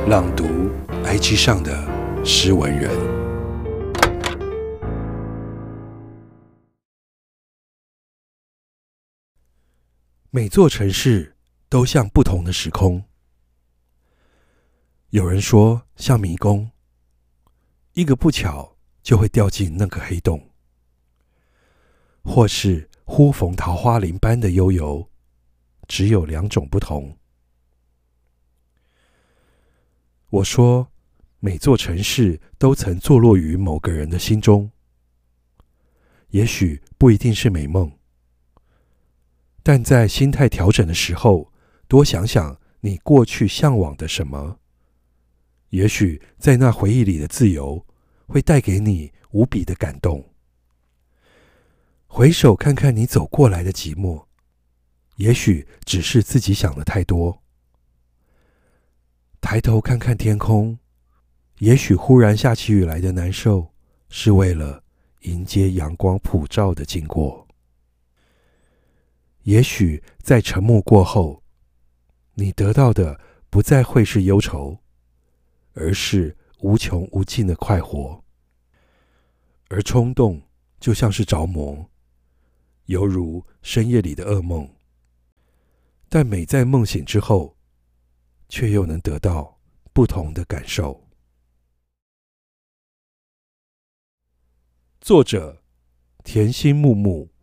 朗读 IG 上的诗文人。每座城市都像不同的时空。有人说像迷宫，一个不巧就会掉进那个黑洞，或是忽逢桃花林般的悠游，只有两种不同。我说，每座城市都曾坐落于某个人的心中，也许不一定是美梦，但在心态调整的时候，多想想你过去向往的什么，也许在那回忆里的自由，会带给你无比的感动。回首看看你走过来的寂寞，也许只是自己想的太多。抬头看看天空，也许忽然下起雨来的难受，是为了迎接阳光普照的经过。也许在沉默过后，你得到的不再会是忧愁，而是无穷无尽的快活。而冲动就像是着魔，犹如深夜里的噩梦，但每在梦醒之后，却又能得到不同的感受。作者：田心木木。